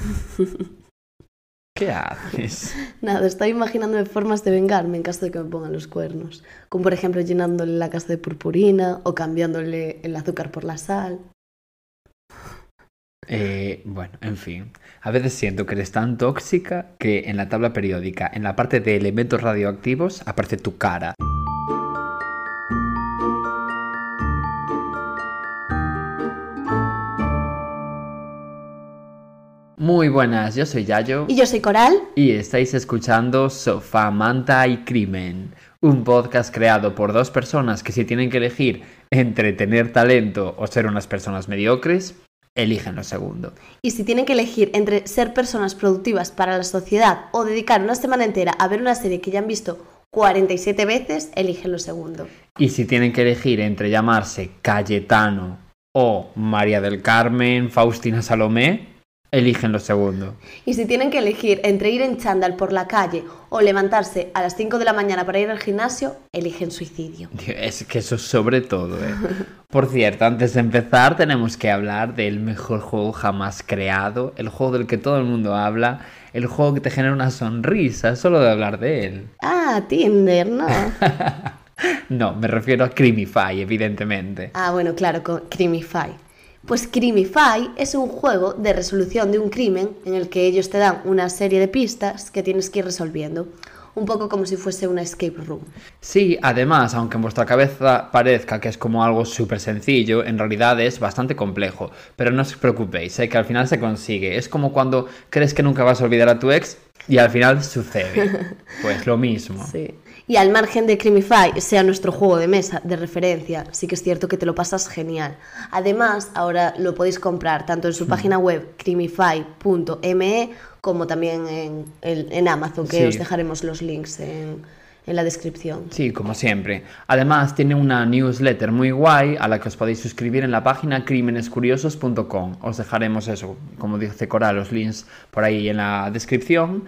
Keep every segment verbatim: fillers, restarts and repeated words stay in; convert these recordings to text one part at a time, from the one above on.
¿Qué haces? Nada, estoy imaginándome formas de vengarme en caso de que me pongan los cuernos. Como por ejemplo llenándole la casa de purpurina o cambiándole el azúcar por la sal. Eh, bueno, en fin. A veces siento que eres tan tóxica que en la tabla periódica, en la parte de elementos radioactivos, aparece tu cara. Muy buenas, yo soy Yayo. Y yo soy Coral. Y estáis escuchando Sofá, Manta y Crimen, un podcast creado por dos personas que si tienen que elegir entre tener talento o ser unas personas mediocres, eligen lo segundo. Y si tienen que elegir entre ser personas productivas para la sociedad o dedicar una semana entera a ver una serie que ya han visto cuarenta y siete veces, eligen lo segundo. Y si tienen que elegir entre llamarse Cayetano o María del Carmen, Faustina Salomé, eligen lo segundo. Y si tienen que elegir entre ir en chándal por la calle o levantarse a las cinco de la mañana para ir al gimnasio, eligen suicidio. Es que eso sobre todo, ¿eh? Por cierto, antes de empezar tenemos que hablar del mejor juego jamás creado, el juego del que todo el mundo habla, el juego que te genera una sonrisa solo de hablar de él. Ah, Tinder, ¿no? No, me refiero a Crimify, evidentemente. Ah, bueno, claro, con Crimify. Pues Crimify es un juego de resolución de un crimen en el que ellos te dan una serie de pistas que tienes que ir resolviendo. Un poco como si fuese una escape room. Sí, además, aunque en vuestra cabeza parezca que es como algo súper sencillo, en realidad es bastante complejo. Pero no os preocupéis, sé que al final se consigue. Es como cuando crees que nunca vas a olvidar a tu ex y al final sucede. Pues lo mismo. Sí. Y al margen de Crimify sea nuestro juego de mesa de referencia, sí que es cierto que te lo pasas genial. Además, ahora lo podéis comprar tanto en su mm. página web crimify punto me como también en, en, en Amazon, que sí. Os dejaremos los links en, en la descripción. Sí, como siempre. Además, tiene una newsletter muy guay a la que os podéis suscribir en la página crímenes curiosos punto com. Os dejaremos eso, como dice Coral, los links por ahí en la descripción.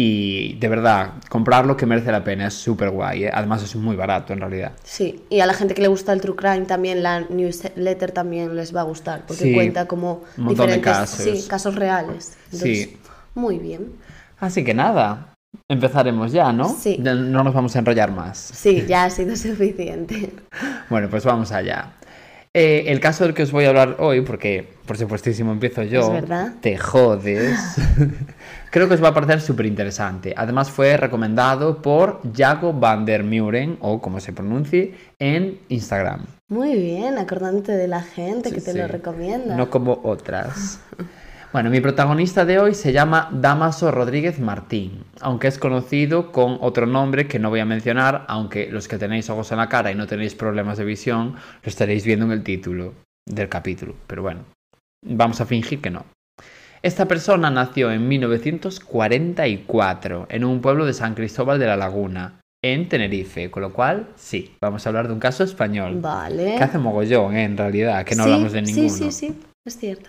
Y de verdad, comprarlo que merece la pena, es súper guay, ¿eh? Además es muy barato en realidad. Sí, y a la gente que le gusta el True Crime también la newsletter también les va a gustar, porque sí, cuenta como un montón diferentes de casos. Sí, casos reales. Entonces, sí. Muy bien. Así que nada, empezaremos ya, ¿no? Sí. No nos vamos a enrollar más. Sí, ya ha sido suficiente. Bueno, pues vamos allá. Eh, el caso del que os voy a hablar hoy, porque por supuestísimo empiezo yo, ¿Es verdad? Te jodes, creo que os va a parecer súper interesante. Además fue recomendado por Jago van der Muren, o como se pronuncie, en Instagram. Muy bien, acordándote de la gente sí, que te sí. lo recomienda. No como otras. Bueno, mi protagonista de hoy se llama Dámaso Rodríguez Martín, aunque es conocido con otro nombre que no voy a mencionar, aunque los que tenéis ojos en la cara y no tenéis problemas de visión, lo estaréis viendo en el título del capítulo. Pero bueno, vamos a fingir que no. Esta persona nació en mil novecientos cuarenta y cuatro en un pueblo de San Cristóbal de la Laguna, en Tenerife, con lo cual, sí, vamos a hablar de un caso español. Vale. Que hace mogollón, ¿eh? En realidad, que no sí, hablamos de ninguno. Sí, sí, sí, es cierto.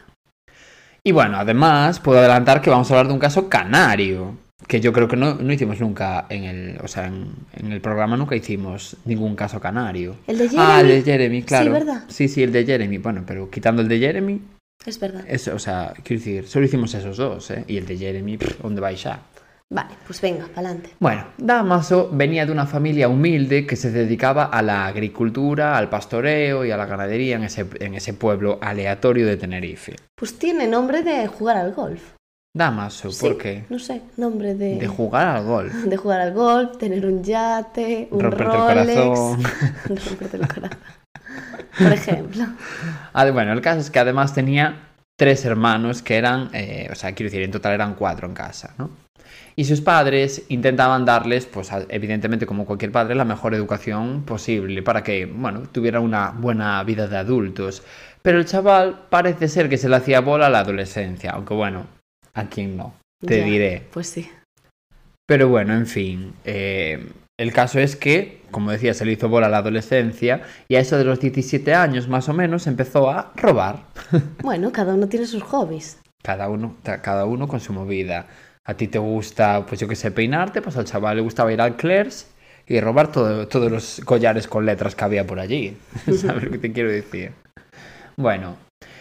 Y bueno, además puedo adelantar que vamos a hablar de un caso canario, que yo creo que no, no hicimos nunca en el, o sea, en, en el programa nunca hicimos ningún caso canario. ¿El de Jeremy? Ah, el de Jeremy, claro. Sí, ¿verdad? Sí, sí, el de Jeremy, bueno, pero quitando el de Jeremy... Es verdad. Es, o sea, quiero decir, solo hicimos esos dos, ¿eh? Y el de Jeremy, pff, ¿dónde vais ya? Vale, pues venga, pa'lante. Bueno, Dámaso venía de una familia humilde que se dedicaba a la agricultura, al pastoreo y a la ganadería en ese, en ese pueblo aleatorio de Tenerife. Pues tiene nombre de jugar al golf. Dámaso, sí, ¿por qué? No sé, nombre de... De jugar al golf. De jugar al golf, tener un yate, un Romperte Rolex... el corazón. Romperte el corazón. Por ejemplo. Ah, bueno, el caso es que además tenía tres hermanos que eran... Eh, o sea, quiero decir, en total eran cuatro en casa, ¿no? Y sus padres intentaban darles, pues evidentemente como cualquier padre, la mejor educación posible para que, bueno, tuvieran una buena vida de adultos. Pero el chaval parece ser que se le hacía bola a la adolescencia, aunque bueno, ¿a quién no? Te ya, diré. Pues sí. Pero bueno, en fin, eh, el caso es que, como decía, se le hizo bola a la adolescencia y a eso de los diecisiete años más o menos empezó a robar. Bueno, cada uno tiene sus hobbies. Cada uno, cada uno con su movida. A ti te gusta, pues yo qué sé, peinarte, pues al chaval le gustaba ir al Claire's y robar todo, todos los collares con letras que había por allí. ¿Sabes lo que te quiero decir? Bueno,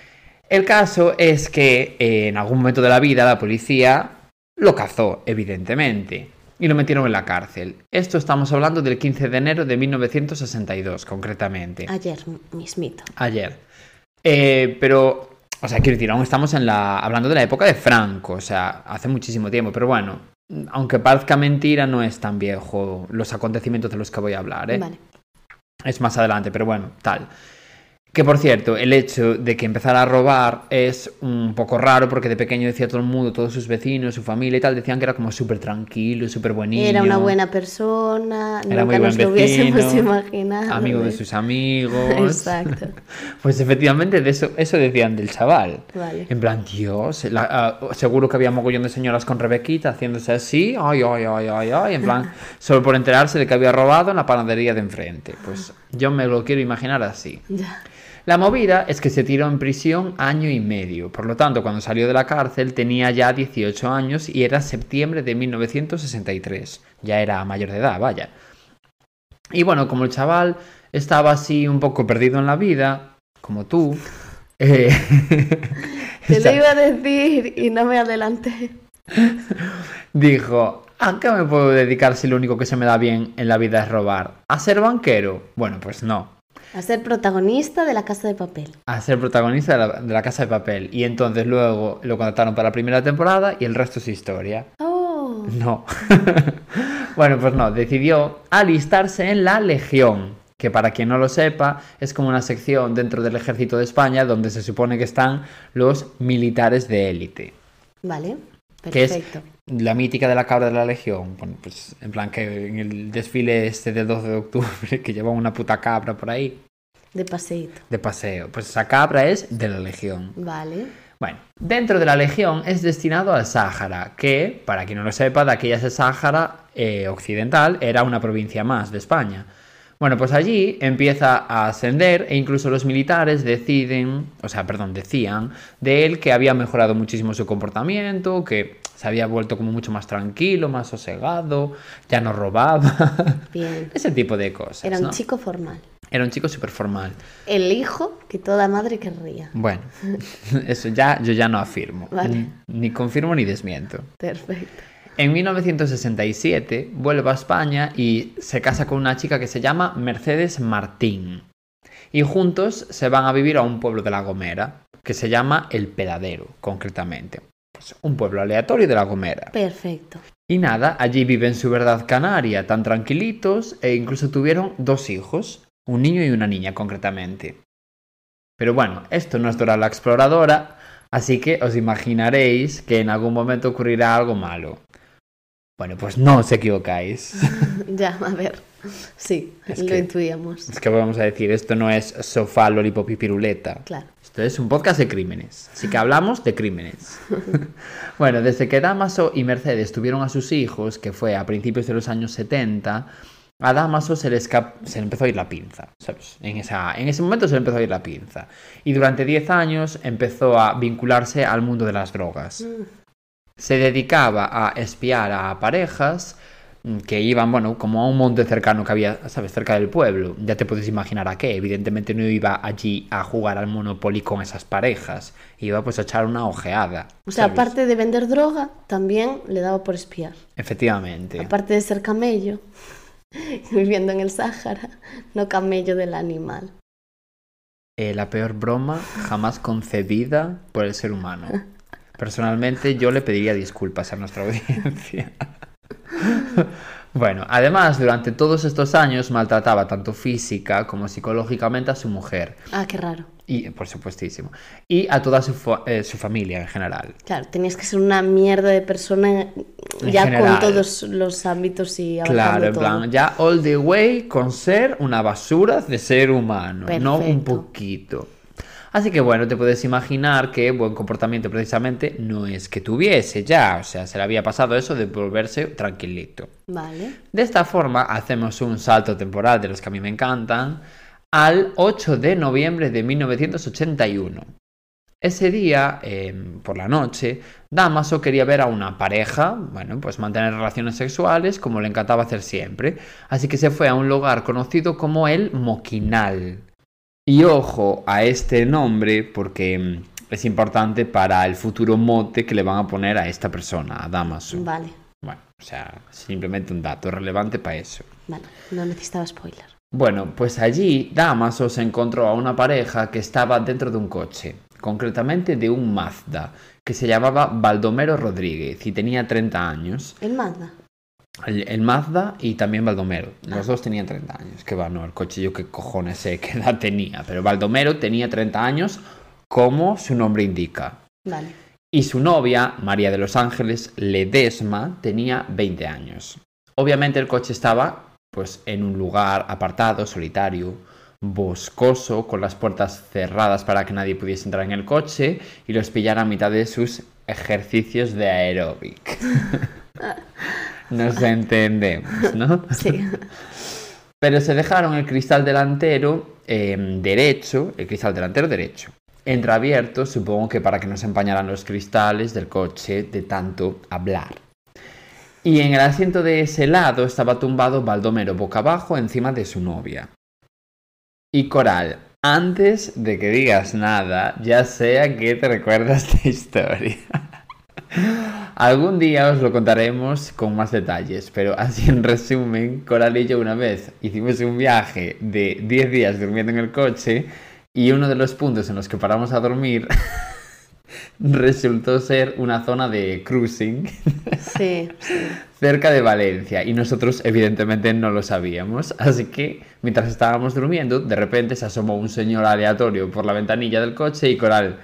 El caso es que eh, en algún momento de la vida la policía lo cazó, evidentemente, y lo metieron en la cárcel. Esto estamos hablando del quince de enero de mil novecientos sesenta y dos, concretamente. Ayer mismito. Ayer. Eh, pero, o sea, quiero decir, aún estamos en la, hablando de la época de Franco, o sea, hace muchísimo tiempo, pero bueno, aunque parezca mentira, no es tan viejo los acontecimientos de los que voy a hablar, ¿eh? Vale. Es más adelante, pero bueno, tal. Que por cierto, el hecho de que empezara a robar es un poco raro porque de pequeño decía todo el mundo, todos sus vecinos, su familia y tal, decían que era como súper tranquilo, súper buen niño. Era una buena persona, era nunca muy nos buen lo vecino, hubiésemos imaginado. amigo de sus amigos. Exacto. Pues efectivamente de eso, eso decían del chaval. Vale. En plan, Dios, la, uh, seguro que había mogollón de señoras con Rebequita haciéndose así, ay, ay, ay, ay, ay, en plan, solo por enterarse de que había robado en la panadería de enfrente. Pues yo me lo quiero imaginar así. Ya. La movida es que se tiró en prisión año y medio, por lo tanto, cuando salió de la cárcel tenía ya dieciocho años y era septiembre de mil novecientos sesenta y tres, ya era mayor de edad, vaya. Y bueno, como el chaval estaba así un poco perdido en la vida, como tú, eh... te lo iba a decir y no me adelanté. Dijo, ¿a qué me puedo dedicar si lo único que se me da bien en la vida es robar? ¿A ser banquero? Bueno, pues no. A ser protagonista de La Casa de Papel. A ser protagonista de la, de la Casa de Papel. Y entonces luego lo contrataron para la primera temporada y el resto es historia. Oh. No. Bueno, pues no. Decidió alistarse en la Legión. Que para quien no lo sepa, es como una sección dentro del Ejército de España donde se supone que están los militares de élite. Vale, perfecto. Que es la mítica de la cabra de la Legión. Bueno, pues en plan que en el desfile este del doce de octubre que lleva una puta cabra por ahí. De paseíto. De paseo. Pues esa cabra es de la Legión. Vale. Bueno, dentro de la Legión es destinado al Sáhara, que, para quien no lo sepa, de aquella Sáhara eh, occidental era una provincia más de España. Bueno, pues allí empieza a ascender e incluso los militares deciden, o sea, perdón, decían de él que había mejorado muchísimo su comportamiento, que se había vuelto como mucho más tranquilo, más sosegado, ya no robaba. Bien. Ese tipo de cosas, Era un ¿no? chico formal. Era un chico súper formal. El hijo que toda madre querría. Bueno, eso ya yo ya no afirmo. Vale. Ni, ni confirmo ni desmiento. Perfecto. En mil novecientos sesenta y siete vuelve a España y se casa con una chica que se llama Mercedes Martín. Y juntos se van a vivir a un pueblo de La Gomera, que se llama El Peladero, concretamente. Pues un pueblo aleatorio de La Gomera. Perfecto. Y nada, allí viven su verdad canaria, tan tranquilitos, e incluso tuvieron dos hijos, un niño y una niña concretamente. Pero bueno, esto no es Dora la Exploradora, así que os imaginaréis que en algún momento ocurrirá algo malo. Bueno, pues no os equivocáis. Ya, a ver. Sí, Es lo que- intuíamos. Es que vamos a decir, esto no es sofá, lollipop y piruleta. Claro. Esto es un podcast de crímenes, así que hablamos de crímenes. Bueno, desde que Dámaso y Mercedes tuvieron a sus hijos, que fue a principios de los años setenta, a Dámaso se le, esca- se le empezó a ir la pinza, ¿sabes? En, esa, en ese momento se le empezó a ir la pinza. Y durante diez años empezó a vincularse al mundo de las drogas. Se dedicaba a espiar a parejas mm, que iban, bueno, como a un monte cercano que había, ¿sabes?, cerca del pueblo. Ya te puedes imaginar a qué. Evidentemente no iba allí a jugar al Monopoly con esas parejas. Iba pues a echar una ojeada. O sea, ¿sabes? aparte de vender droga, también le daba por espiar. Efectivamente. Aparte de ser camello, viviendo en el Sáhara, no camello del animal. Eh, la peor broma jamás concebida por el ser humano. Personalmente yo le pediría disculpas a nuestra audiencia. Bueno, además durante todos estos años maltrataba tanto física como psicológicamente a su mujer. Ah, qué raro. Y, por supuestísimo. Y a toda su, fa- eh, su familia en general. Claro, tenías que ser una mierda de persona En ya general. con todos los ámbitos y avanzando Claro, en todo. plan, ya all the way con ser una basura de ser humano, no un Perfecto. poquito. Así que bueno, te puedes imaginar que buen comportamiento precisamente no es que tuviese ya, o sea, se le había pasado eso de volverse tranquilito. Vale. De esta forma hacemos un salto temporal de los que a mí me encantan al ocho de noviembre de mil novecientos ochenta y uno. Ese día, eh, por la noche, Dámaso quería ver a una pareja, bueno, pues mantener relaciones sexuales como le encantaba hacer siempre, así que se fue a un lugar conocido como el Moquinal. Y ojo a este nombre porque es importante para el futuro mote que le van a poner a esta persona, a Dámaso. Vale. Bueno, o sea, simplemente un dato relevante para eso. Vale, no necesitaba spoiler. Bueno, pues allí Dámaso se encontró a una pareja que estaba dentro de un coche, concretamente de un Mazda, que se llamaba Baldomero Rodríguez y tenía treinta años. ¿El Mazda? El, el Mazda y también Baldomero. Los ah. dos tenían treinta años. Que va, no, el coche yo qué cojones sé qué edad tenía. Pero Baldomero tenía treinta años, como su nombre indica. Vale. Y su novia, María de los Ángeles Ledesma, tenía veinte años. Obviamente el coche estaba pues en un lugar apartado, solitario, boscoso, con las puertas cerradas para que nadie pudiese entrar en el coche y los pillara a mitad de sus ejercicios de aeróbic. Nos entendemos, ¿no? Sí. Pero se dejaron el cristal delantero eh, derecho, el cristal delantero derecho, entreabierto, supongo que para que no se empañaran los cristales del coche de tanto hablar. Y en el asiento de ese lado estaba tumbado Baldomero boca abajo encima de su novia. Y Coral, antes de que digas nada, ya sé a qué te recuerda esta historia. Algún día os lo contaremos con más detalles, pero así en resumen, Coral y yo una vez hicimos un viaje de diez días durmiendo en el coche y uno de los puntos en los que paramos a dormir resultó ser una zona de cruising. Sí, sí. Cerca de Valencia y nosotros evidentemente no lo sabíamos, así que mientras estábamos durmiendo de repente se asomó un señor aleatorio por la ventanilla del coche y Coral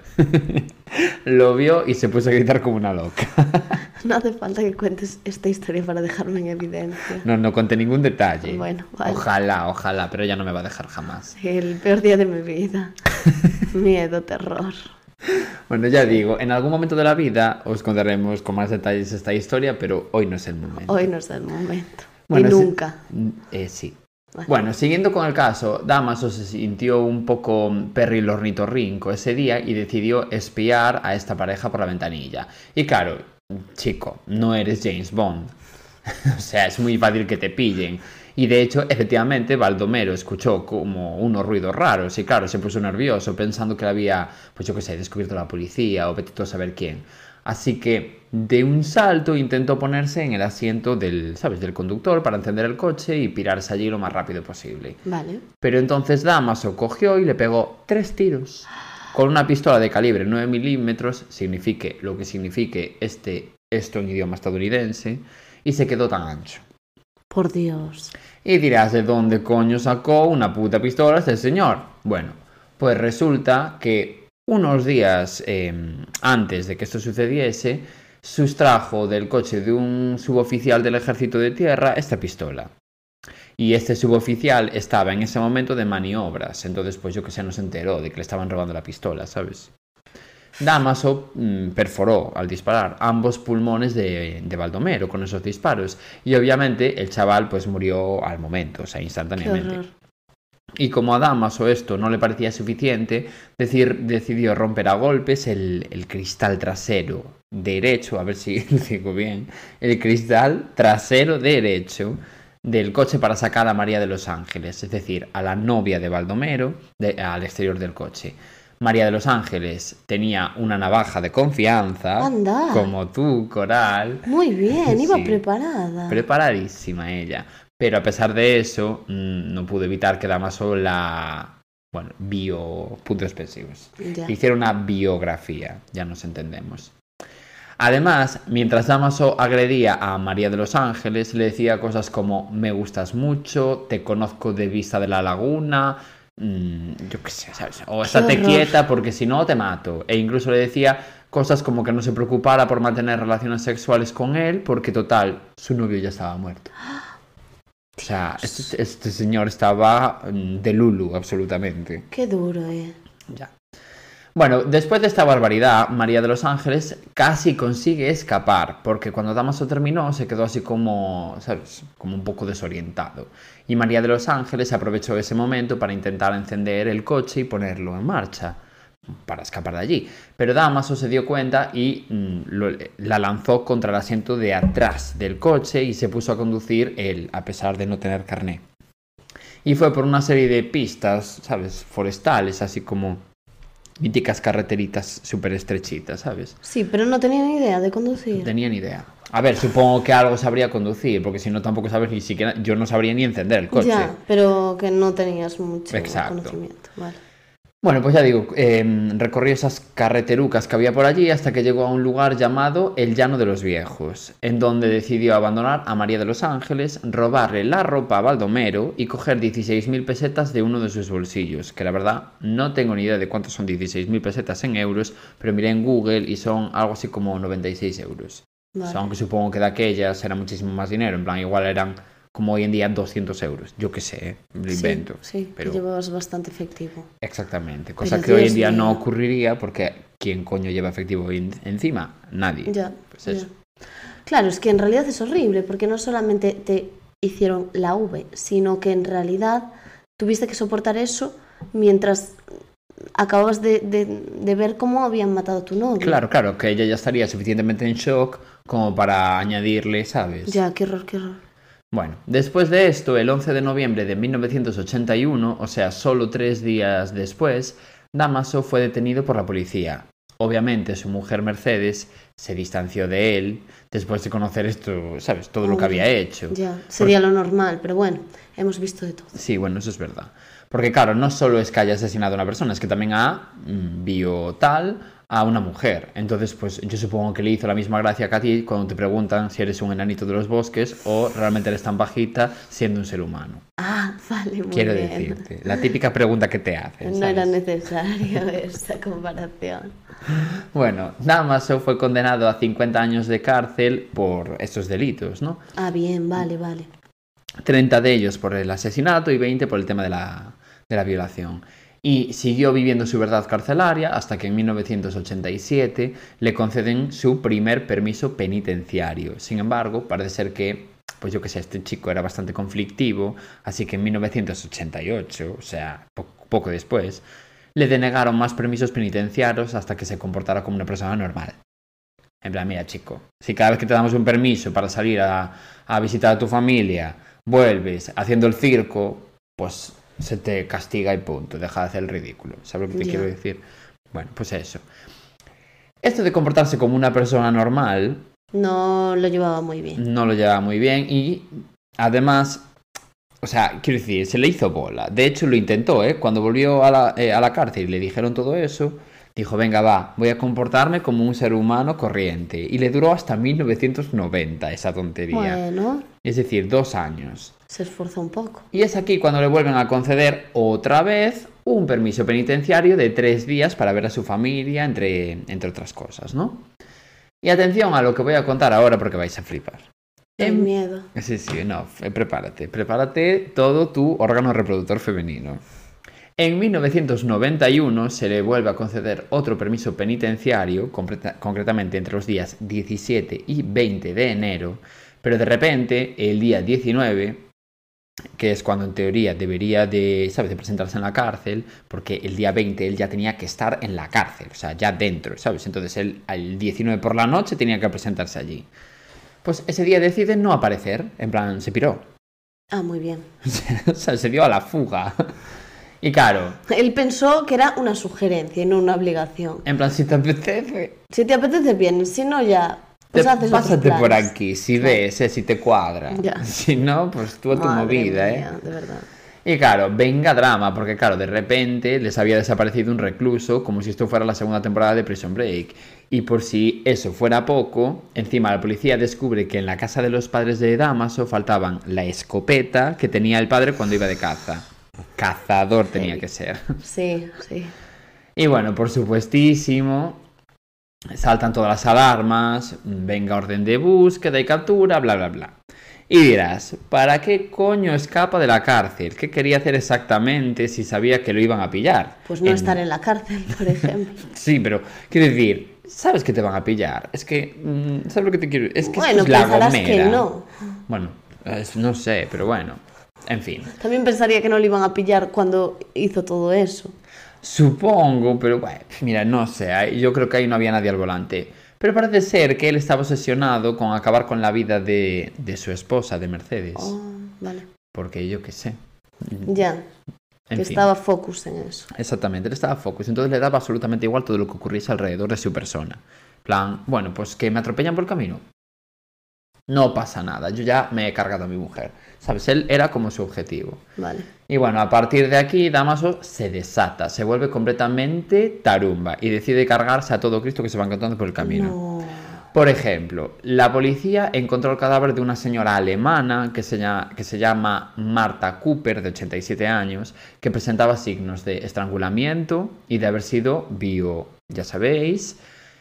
lo vio y se puso a gritar como una loca. No hace falta que cuentes esta historia para dejarme en evidencia. No, no conté ningún detalle. Bueno, vale. Ojalá, ojalá, pero ella no me va a dejar jamás. El peor día de mi vida. Miedo, terror. Bueno, ya digo, en algún momento de la vida os contaremos con más detalles esta historia, pero hoy no es el momento. Hoy no es el momento. Bueno, y nunca. Si, eh, sí. Bueno. bueno, siguiendo con el caso, Dámaso se sintió un poco perrilornitorrinco ese día y decidió espiar a esta pareja por la ventanilla. Y claro, chico, no eres James Bond. O sea, es muy fácil que te pillen. Y de hecho, efectivamente, Baldomero escuchó como unos ruidos raros y claro, se puso nervioso pensando que le había, pues yo qué sé, descubierto la policía o vete tú a saber quién. Así que de un salto intentó ponerse en el asiento del, ¿sabes?, del conductor para encender el coche y pirarse allí lo más rápido posible. Vale. Pero entonces Dámaso cogió y le pegó tres tiros con una pistola de calibre nueve milímetros, signifique lo que signifique este, esto en idioma estadounidense, y se quedó tan ancho. Por Dios. Y dirás, ¿de dónde coño sacó una puta pistola este señor? Bueno, pues resulta que unos días eh, antes de que esto sucediese, sustrajo del coche de un suboficial del Ejército de Tierra esta pistola. Y este suboficial estaba en ese momento de maniobras, entonces pues yo que sé, no se enteró de que le estaban robando la pistola, ¿sabes? Dámaso mmm, perforó al disparar ambos pulmones de, de Baldomero con esos disparos y obviamente el chaval pues murió al momento, o sea, instantáneamente. Y como a Dámaso esto no le parecía suficiente, decir, decidió romper a golpes el, el cristal trasero derecho, a ver si lo digo bien, el cristal trasero derecho del coche para sacar a María de los Ángeles, es decir, a la novia de Baldomero de, al exterior del coche. María de los Ángeles tenía una navaja de confianza, ¡Anda! Como tú, Coral. Muy bien, iba sí, preparada. Preparadísima ella. Pero a pesar de eso, mmm, no pudo evitar que Dámaso la... Bueno, bio... puntos suspensivos. Ya. Hicieron una biografía, ya nos entendemos. Además, mientras Dámaso agredía a María de los Ángeles, le decía cosas como me gustas mucho, te conozco de vista de la laguna... yo qué sé, ¿sabes? O estate quieta porque si no te mato. E incluso le decía cosas como que no se preocupara por mantener relaciones sexuales con él porque total, su novio ya estaba muerto. O sea, este, este señor estaba de Lulu absolutamente. Qué duro, eh. Ya. Bueno, después de esta barbaridad, María de los Ángeles casi consigue escapar, porque cuando Dámaso terminó se quedó así como, ¿sabes?, como un poco desorientado. Y María de los Ángeles aprovechó ese momento para intentar encender el coche y ponerlo en marcha, para escapar de allí. Pero Dámaso se dio cuenta y mmm, lo, la lanzó contra el asiento de atrás del coche y se puso a conducir él, a pesar de no tener carné. Y fue por una serie de pistas, ¿sabes?, forestales, así como... míticas carreteritas súper estrechitas, ¿sabes? Sí, pero no tenía ni idea de conducir. No tenía ni idea. A ver, supongo que algo sabría conducir, porque si no tampoco sabes ni siquiera, yo no sabría ni encender el coche. Ya, pero que no tenías mucho Exacto. conocimiento, vale. Bueno, pues ya digo, eh, recorrí esas carreterucas que había por allí hasta que llegó a un lugar llamado el Llano de los Viejos, en donde decidió abandonar a María de los Ángeles, robarle la ropa a Baldomero y coger dieciséis mil pesetas de uno de sus bolsillos, que la verdad no tengo ni idea de cuántos son dieciséis mil pesetas en euros, pero miré en Google y son algo así como noventa y seis euros. Vale. O sea, aunque supongo que de aquellas era muchísimo más dinero, en plan igual eran como hoy en día doscientos euros, yo qué sé, lo invento. Sí, sí, pero llevabas bastante efectivo. Exactamente, cosa pero que hoy en día mío. no ocurriría porque ¿quién coño lleva efectivo en- encima? Nadie. Ya, Pues eso. ya. Claro, es que en realidad es horrible porque no solamente te hicieron la V, sino que en realidad tuviste que soportar eso mientras acababas de, de, de ver cómo habían matado a tu novio. Claro, claro, que ella ya estaría suficientemente en shock como para añadirle, ¿sabes? Ya, qué horror, qué horror. Bueno, después de esto, el once de noviembre de mil novecientos ochenta y uno, o sea, solo tres días después, Dámaso fue detenido por la policía. Obviamente, su mujer Mercedes se distanció de él después de conocer esto, ¿sabes? Todo lo que había hecho. Ya, sería Por... lo normal, pero bueno, hemos visto de todo. Sí, bueno, eso es verdad. Porque claro, no solo es que haya asesinado a una persona, es que también ha mm, vio tal a una mujer. Entonces, pues yo supongo que le hizo la misma gracia que a ti cuando te preguntan si eres un enanito de los bosques o realmente eres tan bajita siendo un ser humano. Ah, vale, muy Quiero bien. decirte, la típica pregunta que te hacen, No ¿sabes? era necesaria esta comparación. Bueno, Dámaso fue condenado a cincuenta años de cárcel por estos delitos, ¿no? Ah, bien, vale, vale. treinta de ellos por el asesinato y veinte por el tema de la, de la violación. Y siguió viviendo su verdad carcelaria hasta que en mil novecientos ochenta y siete le conceden su primer permiso penitenciario. Sin embargo, parece ser que, pues yo que sé, este chico era bastante conflictivo, así que en mil novecientos ochenta y ocho, o sea, po- poco después, le denegaron más permisos penitenciarios hasta que se comportara como una persona normal. En plan, mira chico, si cada vez que te damos un permiso para salir a, a visitar a tu familia, vuelves haciendo el circo, pues se te castiga y punto, deja de hacer el ridículo. ¿Sabes lo que te Ya. quiero decir? Bueno, pues eso. Esto de comportarse como una persona normal No lo llevaba muy bien. no lo llevaba muy bien y además, o sea, quiero decir, se le hizo bola. De hecho, lo intentó, ¿eh? Cuando volvió a la, eh, a la cárcel y le dijeron todo eso, dijo, venga, va, voy a comportarme como un ser humano corriente. Y le duró hasta mil novecientos noventa esa tontería. Bueno, Es decir, dos años. se esforzó un poco. Y es aquí cuando le vuelven a conceder otra vez un permiso penitenciario de tres días para ver a su familia, entre, entre otras cosas, ¿no? Y atención a lo que voy a contar ahora porque vais a flipar. Qué En- miedo. Sí, sí, no, f- prepárate, prepárate todo tu órgano reproductor femenino. En mil novecientos noventa y uno se le vuelve a conceder otro permiso penitenciario, completa- concretamente entre los días diecisiete y veinte de enero, pero de repente, el día diecinueve, que es cuando en teoría debería de, ¿sabes?, de presentarse en la cárcel, porque el día veinte él ya tenía que estar en la cárcel, o sea, ya dentro, ¿sabes? Entonces él el diecinueve por la noche tenía que presentarse allí. Pues ese día decide no aparecer, en plan, se piró. Ah, muy bien. O sea, se dio a la fuga. Y claro, Él pensó que era una sugerencia y no una obligación. en plan, si te apetece, Si te apetece bien, si no ya, pues te- haces otros pásate por planes. aquí, si Claro. ves, eh, si te cuadra. Ya. Si no, pues tú a tu Madre movida, mía, ¿eh? de verdad. Y claro, venga drama, porque claro, de repente les había desaparecido un recluso, como si esto fuera la segunda temporada de Prison Break. Y por si eso fuera poco, encima la policía descubre que en la casa de los padres de Dámaso faltaban la escopeta que tenía el padre cuando iba de caza. Cazador tenía Sí. que ser. Sí, sí. Y bueno, por supuestísimo, saltan todas las alarmas, venga orden de búsqueda y captura, bla, bla, bla. Y dirás, ¿para qué coño escapa de la cárcel? ¿Qué quería hacer exactamente si sabía que lo iban a pillar? Pues no En- estar en la cárcel, por ejemplo. Sí, pero quiero decir, ¿sabes que te van a pillar? Es que, mm, ¿sabes lo que te quiero decir? Es que Bueno, esto es la pensarás Gomera. que no. Bueno, es- no sé, pero bueno, en fin. También pensaría que no le iban a pillar cuando hizo todo eso. Supongo, pero bueno, mira, no sé, ahí- yo creo que ahí no había nadie al volante. Pero parece ser que él estaba obsesionado con acabar con la vida de, de su esposa, de Mercedes. Oh, vale. Porque yo qué sé. Ya. En que fin. estaba focus en eso. Exactamente, él estaba focus, entonces le daba absolutamente igual todo lo que ocurriese alrededor de su persona. Plan, bueno, pues que me atropellan por el camino. No pasa nada, yo ya me he cargado a mi mujer. ¿Sabes? Él era como su objetivo. Vale. Y bueno, a partir de aquí, Damaso se desata, se vuelve completamente tarumba y decide cargarse a todo Cristo que se va encontrando por el camino. No. Por ejemplo, la policía encontró el cadáver de una señora alemana que se, llama, que se llama Marta Cooper, de ochenta y siete años, que presentaba signos de estrangulamiento y de haber sido bio, ya sabéis.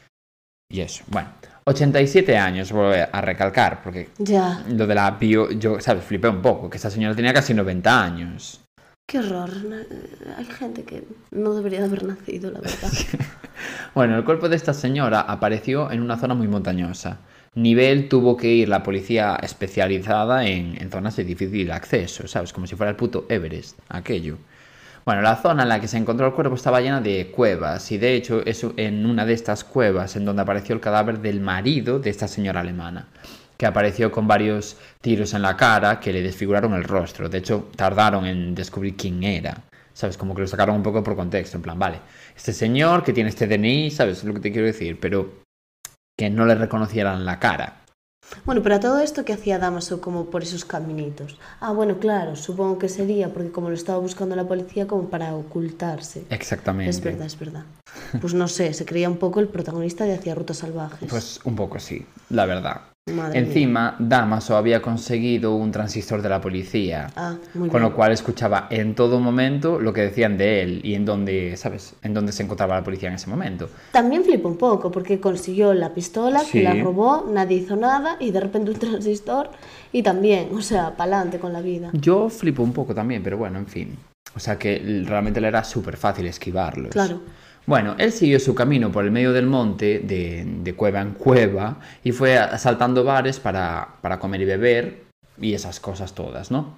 Y eso, bueno, ochenta y siete años, voy a recalcar, porque Ya. lo de la bio, yo, ¿sabes? Flipé un poco, que esa señora tenía casi noventa años. Qué horror. Hay gente que no debería de haber nacido, la verdad. Bueno, el cuerpo de esta señora apareció en una zona muy montañosa. Nivel tuvo que ir la policía especializada en, en zonas de difícil acceso, ¿sabes? Como si fuera el puto Everest, aquello. Bueno, la zona en la que se encontró el cuerpo estaba llena de cuevas y de hecho es en una de estas cuevas en donde apareció el cadáver del marido de esta señora alemana, que apareció con varios tiros en la cara que le desfiguraron el rostro. De hecho, tardaron en descubrir quién era. ¿Sabes? Como que lo sacaron un poco por contexto. En plan, vale, este señor que tiene este D N I, ¿sabes lo que te quiero decir? Pero que no le reconocieran la cara. Bueno, pero a todo esto, ¿qué hacía Damaso como por esos caminitos? Ah, bueno, claro, supongo que sería porque como lo estaba buscando la policía como para ocultarse. Exactamente. Es verdad, es verdad. Pues no sé, se creía un poco el protagonista de Hacia Rutas Salvajes. Pues un poco sí, la verdad. Madre Encima, mía. Damaso había conseguido un transistor de la policía, ah, muy con bien. lo cual escuchaba en todo momento lo que decían de él y en dónde, ¿sabes? En dónde se encontraba la policía en ese momento. También flipo un poco porque consiguió la pistola, Sí. que la robó, nadie hizo nada y de repente un transistor y también, o sea, pa'lante con la vida. Yo flipo un poco también, pero bueno, en fin. O sea que realmente le era súper fácil esquivarlos. Claro. Bueno, él siguió su camino por el medio del monte, de, de cueva en cueva, y fue asaltando bares para, para comer y beber, y esas cosas todas, ¿no?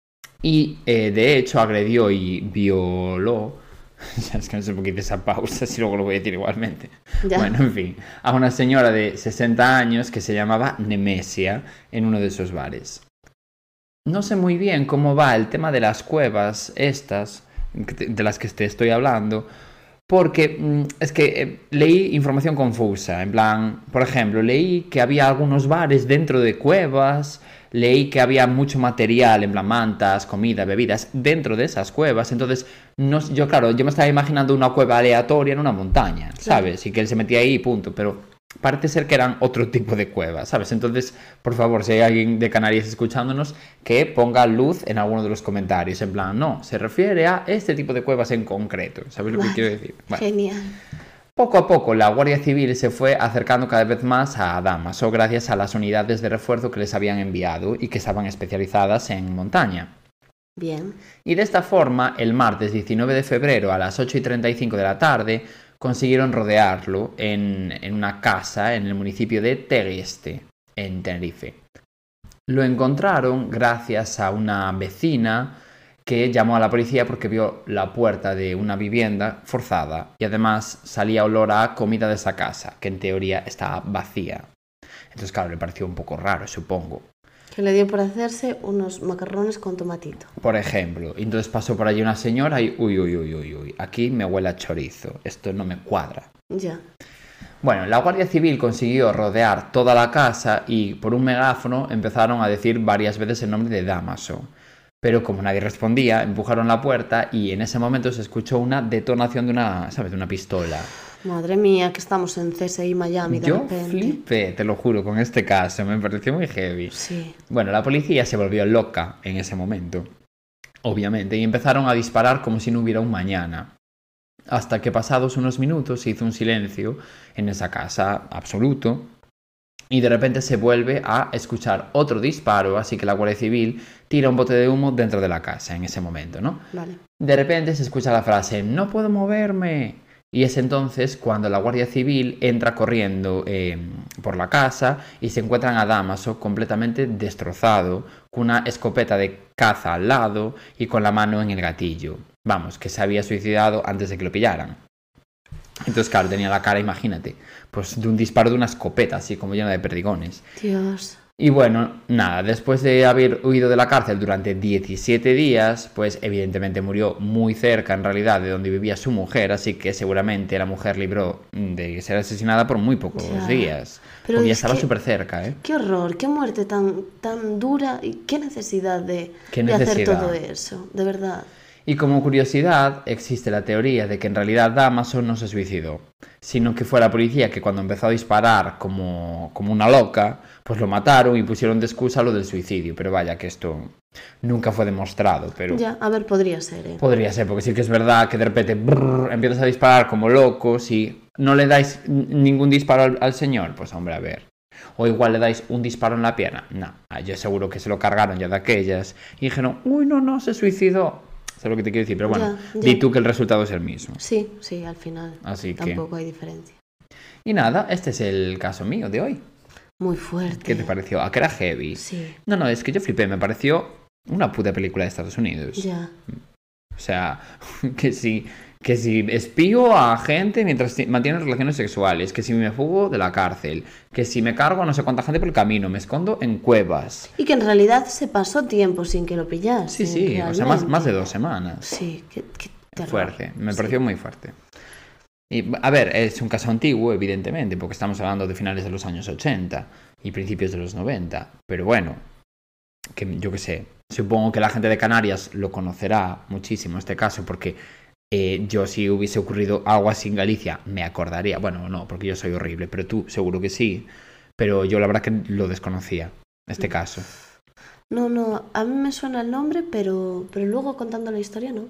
Y eh, de hecho agredió y violó, es que no sé por qué hice esa pausa, si luego lo voy a decir igualmente. Ya. Bueno, en fin, a una señora de sesenta años que se llamaba Nemesia en uno de esos bares. No sé muy bien cómo va el tema de las cuevas estas, de las que te estoy hablando, porque mm, es que eh, leí información confusa, en plan, por ejemplo, leí que había algunos bares dentro de cuevas, leí que había mucho material, en plan mantas, comida, bebidas, dentro de esas cuevas, entonces, no, yo claro, yo me estaba imaginando una cueva aleatoria en una montaña, ¿sabes? Claro. Y que él se metía ahí y punto, pero parece ser que eran otro tipo de cuevas, ¿sabes? Entonces, por favor, si hay alguien de Canarias escuchándonos, que ponga luz en alguno de los comentarios, en plan, no, se refiere a este tipo de cuevas en concreto, ¿sabes lo vale. que quiero decir? Bueno, genial. Poco a poco, la Guardia Civil se fue acercando cada vez más a Damaso gracias a las unidades de refuerzo que les habían enviado y que estaban especializadas en montaña. Bien. Y de esta forma, el martes diecinueve de febrero a las ocho y treinta y cinco de la tarde, consiguieron rodearlo en, en una casa en el municipio de Tegueste, en Tenerife. Lo encontraron gracias a una vecina que llamó a la policía porque vio la puerta de una vivienda forzada y además salía olor a comida de esa casa, que en teoría estaba vacía. Entonces, claro, le pareció un poco raro, supongo. Que le dio por hacerse unos macarrones con tomatito. Por ejemplo, entonces pasó por allí una señora y uy, uy, uy, uy, uy, aquí me huele a chorizo, esto no me cuadra. Ya. Bueno, la Guardia Civil consiguió rodear toda la casa y por un megáfono empezaron a decir varias veces el nombre de Damaso. Pero como nadie respondía, empujaron la puerta y en ese momento se escuchó una detonación de una, ¿sabes?, de una pistola. Madre mía, que estamos en C S I Miami de Yo repente. flipé, te lo juro, con este caso, me pareció muy heavy. Sí. Bueno, la policía se volvió loca en ese momento, obviamente, y empezaron a disparar como si no hubiera un mañana. Hasta que pasados unos minutos se hizo un silencio en esa casa absoluto y de repente se vuelve a escuchar otro disparo, así que la Guardia Civil tira un bote de humo dentro de la casa en ese momento, ¿no? Vale. De repente se escucha la frase «No puedo moverme». Y es entonces cuando la Guardia Civil entra corriendo eh, por la casa y se encuentran a Damaso completamente destrozado, con una escopeta de caza al lado y con la mano en el gatillo. Vamos, que se había suicidado antes de que lo pillaran. Entonces, claro, tenía la cara, imagínate, pues de un disparo de una escopeta, así como llena de perdigones. Dios. Y bueno, nada, después de haber huido de la cárcel durante diecisiete días, pues evidentemente murió muy cerca en realidad de donde vivía su mujer, así que seguramente la mujer libró de ser asesinada por muy pocos Ya. días. Pero Porque ya es estaba que- súper cerca, ¿eh? Qué horror, qué muerte tan, tan dura y qué necesidad de, Qué de hacer necesidad. todo eso, de verdad. Y como curiosidad, existe la teoría de que en realidad Damaso no se suicidó, sino que fue la policía que cuando empezó a disparar como, como una loca, pues lo mataron y pusieron de excusa lo del suicidio. Pero vaya que esto nunca fue demostrado, pero Ya, a ver, podría ser, ¿eh? podría ser, porque sí que es verdad que de repente brrr, empiezas a disparar como locos y no le dais n- ningún disparo al, al señor, pues hombre, a ver. O igual le dais un disparo en la pierna. No, ah, yo seguro que se lo cargaron ya de aquellas y dijeron, uy, no, no, se suicidó. ¿Sabes lo que te quiero decir? Pero bueno, Ya, ya. di tú que el resultado es el mismo. Sí, sí, al final. Así que- Tampoco hay diferencia. Y nada, este es el caso mío de hoy. Muy fuerte. ¿Qué te pareció? ¿A que era heavy? Sí, No, no, es que yo flipé, me pareció una puta película de Estados Unidos. ya. O sea, que si, que si espío a gente mientras ti- mantienen relaciones sexuales, que si me fugo de la cárcel, que si me cargo a no sé cuánta gente por el camino, me escondo en cuevas. Y que en realidad se pasó tiempo sin que lo pillase. Sí, sí, o sea, más, realmente. más de dos semanas. Sí, qué, qué terror. Fuerte, me Sí. pareció muy fuerte. Y, a ver, es un caso antiguo, evidentemente, porque estamos hablando de finales de los años ochenta y principios de los noventa. Pero bueno, que yo qué sé, supongo que la gente de Canarias lo conocerá muchísimo este caso, porque eh, yo si hubiese ocurrido algo así en Galicia, me acordaría. Bueno, no, porque yo soy horrible, pero tú seguro que sí. Pero yo la verdad que lo desconocía, este caso. No, no, a mí me suena el nombre, pero, pero luego contando la historia no.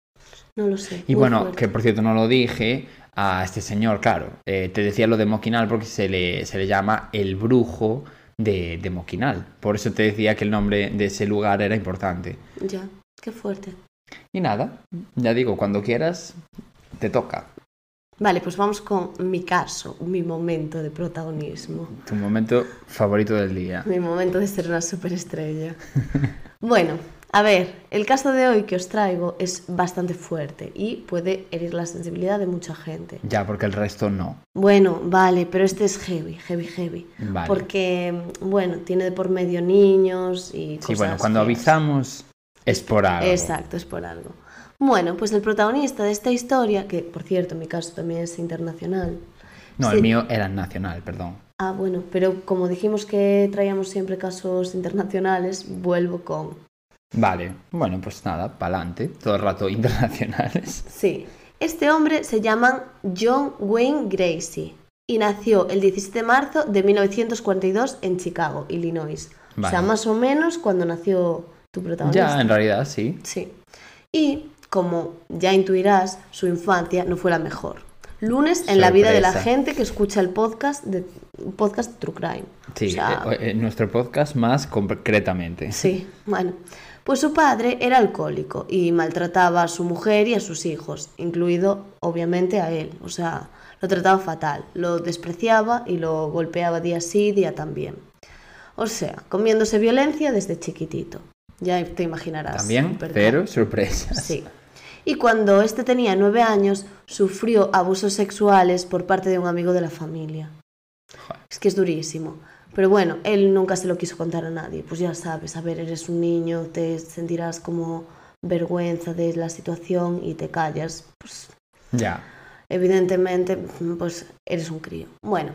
No lo sé. Y muy bueno, fuerte. que por cierto no lo dije, a este señor, claro, eh, te decía lo de Moquinal porque se le, se le llama el brujo de, de Moquinal. Por eso te decía que el nombre de ese lugar era importante. Ya, qué fuerte. Y nada, ya digo, cuando quieras, te toca. Vale, pues vamos con mi caso, mi momento de protagonismo. Tu momento favorito del día. Mi momento de ser una superestrella. Bueno, a ver, el caso de hoy que os traigo es bastante fuerte y puede herir la sensibilidad de mucha gente. Ya, porque el resto no. Bueno, vale, pero este es heavy, heavy, heavy. Vale. Porque, bueno, tiene de por medio niños y cosas Sí, bueno, cuando feas. avisamos es por algo. Exacto, es por algo. Bueno, pues el protagonista de esta historia, que por cierto en mi caso también es internacional. No, Sí. el mío era nacional, perdón. Ah, bueno, pero como dijimos que traíamos siempre casos internacionales, vuelvo con... Vale, bueno, pues nada, pa'lante, todo el rato internacionales. Sí, este hombre se llama John Wayne Gacy y nació el diecisiete de marzo de mil novecientos cuarenta y dos en Chicago, Illinois. O sea, Vale. más o menos cuando nació tu protagonista. Ya, en realidad sí. Sí. Y, como ya intuirás, su infancia no fue la mejor. Lunes en la vida de la Sorpresa. gente que escucha el podcast de podcast True Crime. Sí, O sea, eh, eh, nuestro podcast más concretamente. sí, bueno. Pues su padre era alcohólico y maltrataba a su mujer y a sus hijos, incluido obviamente a él. O sea, lo trataba fatal, lo despreciaba y lo golpeaba día sí, día también. O sea, comiéndose violencia desde chiquitito. Ya te imaginarás. También, ¿verdad? cero sorpresas. Sí. Y cuando este tenía nueve años, sufrió abusos sexuales por parte de un amigo de la familia. Joder. Es que es durísimo. Pero bueno, él nunca se lo quiso contar a nadie. Pues ya sabes, a ver, eres un niño, te sentirás como vergüenza de la situación y te callas. Pues Ya. evidentemente, pues eres un crío. Bueno,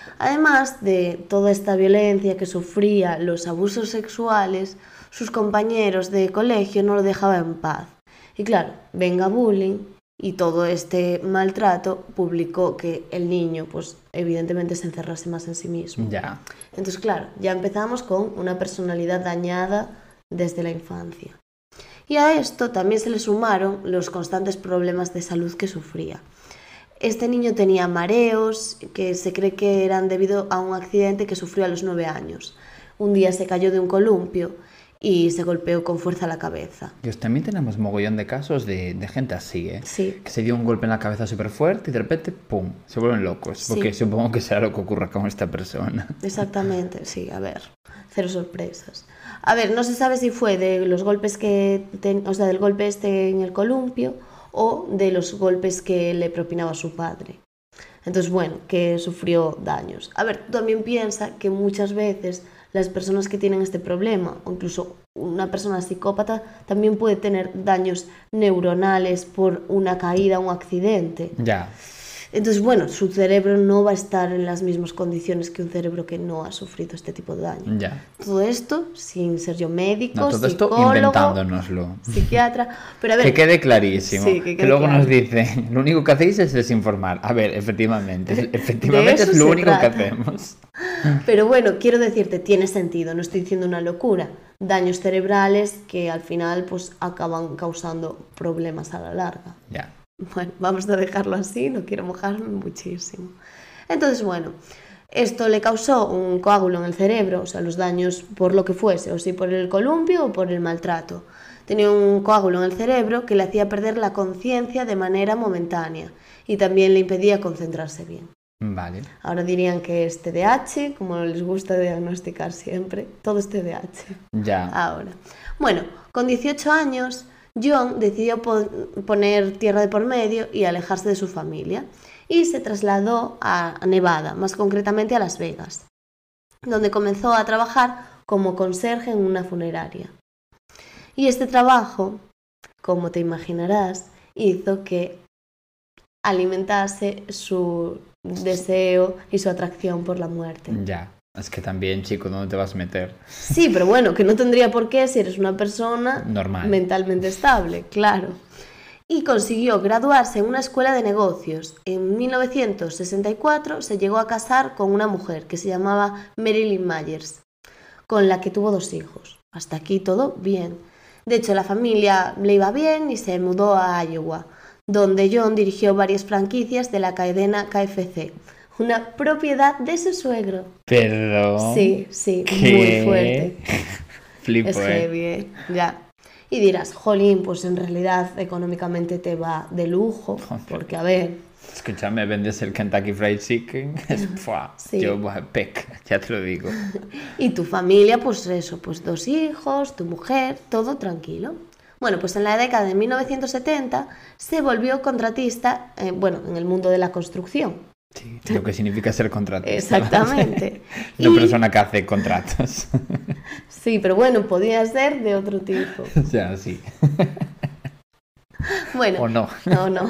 además de toda esta violencia que sufría, los abusos sexuales, sus compañeros de colegio no lo dejaban en paz. Y claro, venga bullying y todo este maltrato publicó que el niño, pues evidentemente se encerrase más en sí mismo. Ya. Entonces, claro, ya empezamos con una personalidad dañada desde la infancia. Y a esto también se le sumaron los constantes problemas de salud que sufría. Este niño tenía mareos que se cree que eran debido a un accidente que sufrió a los nueve años. Un día se cayó de un columpio y se golpeó con fuerza la cabeza. Dios, también tenemos mogollón de casos de, de gente así, ¿eh? Sí. Que se dio un golpe en la cabeza súper fuerte y de repente, ¡pum!, se vuelven locos. Sí. Porque supongo que será lo que ocurra con esta persona. Exactamente, sí, a ver, cero sorpresas. A ver, no se sabe si fue de los golpes que, ten- o sea, del golpe este en el columpio o de los golpes que le propinaba su padre. Entonces, bueno, que sufrió daños. A ver, tú también piensa que muchas veces las personas que tienen este problema, o incluso una persona psicópata, también puede tener daños neuronales por una caída o un accidente. Ya. Entonces, bueno, su cerebro no va a estar en las mismas condiciones que un cerebro que no ha sufrido este tipo de daño. Ya. Todo esto sin ser yo médico, No, todo esto psicólogo, inventándonoslo. psiquiatra. Pero a ver, Que quede clarísimo. Sí, que que, quede luego claro. nos dicen, lo único que hacéis es desinformar. A ver, efectivamente, efectivamente eso es lo se único trata. que hacemos. Pero bueno, quiero decirte, tiene sentido, no estoy diciendo una locura. Daños cerebrales que al final pues acaban causando problemas a la larga. Ya. Bueno, vamos a dejarlo así, no quiero mojarme muchísimo. Entonces, bueno, esto le causó un coágulo en el cerebro, o sea, los daños por lo que fuese, o si por el columpio o por el maltrato. Tenía un coágulo en el cerebro que le hacía perder la conciencia de manera momentánea y también le impedía concentrarse bien. Vale. Ahora dirían que es T D A H, como les gusta diagnosticar siempre, todo es T D A H. Ya. Ahora, bueno, con dieciocho años, John decidió pon- poner tierra de por medio y alejarse de su familia y se trasladó a Nevada, más concretamente a Las Vegas, donde comenzó a trabajar como conserje en una funeraria. Y este trabajo, como te imaginarás, hizo que alimentase su deseo y su atracción por la muerte. Ya. Es que también, chico, ¿dónde te vas a meter? Sí, pero bueno, que no tendría por qué si eres una persona Normal. mentalmente estable, claro. Y consiguió graduarse en una escuela de negocios. En mil novecientos sesenta y cuatro se llegó a casar con una mujer que se llamaba Marilyn Myers, con la que tuvo dos hijos. Hasta aquí todo bien. De hecho, la familia le iba bien y se mudó a Iowa, donde John dirigió varias franquicias de la cadena K F C, una propiedad de su suegro. Perdón. Sí, sí, ¿Qué? muy fuerte. Flipo, Es eh. heavy, ¿eh? Ya. Y dirás, jolín, pues en realidad económicamente te va de lujo, porque a ver, Escúchame, vendes el Kentucky Fried Chicken. Es, ¡fua! Sí. Yo, buah, pec, ya te lo digo. y tu familia, pues eso, pues dos hijos, tu mujer, todo tranquilo. Bueno, pues en la década de mil novecientos setenta se volvió contratista, eh, bueno, en el mundo de la construcción. Sí, lo que significa ser contratista. Exactamente. Una Y- persona que hace contratos. Sí, pero bueno, podía ser de otro tipo. O sea, sí. Bueno, O no. No, no.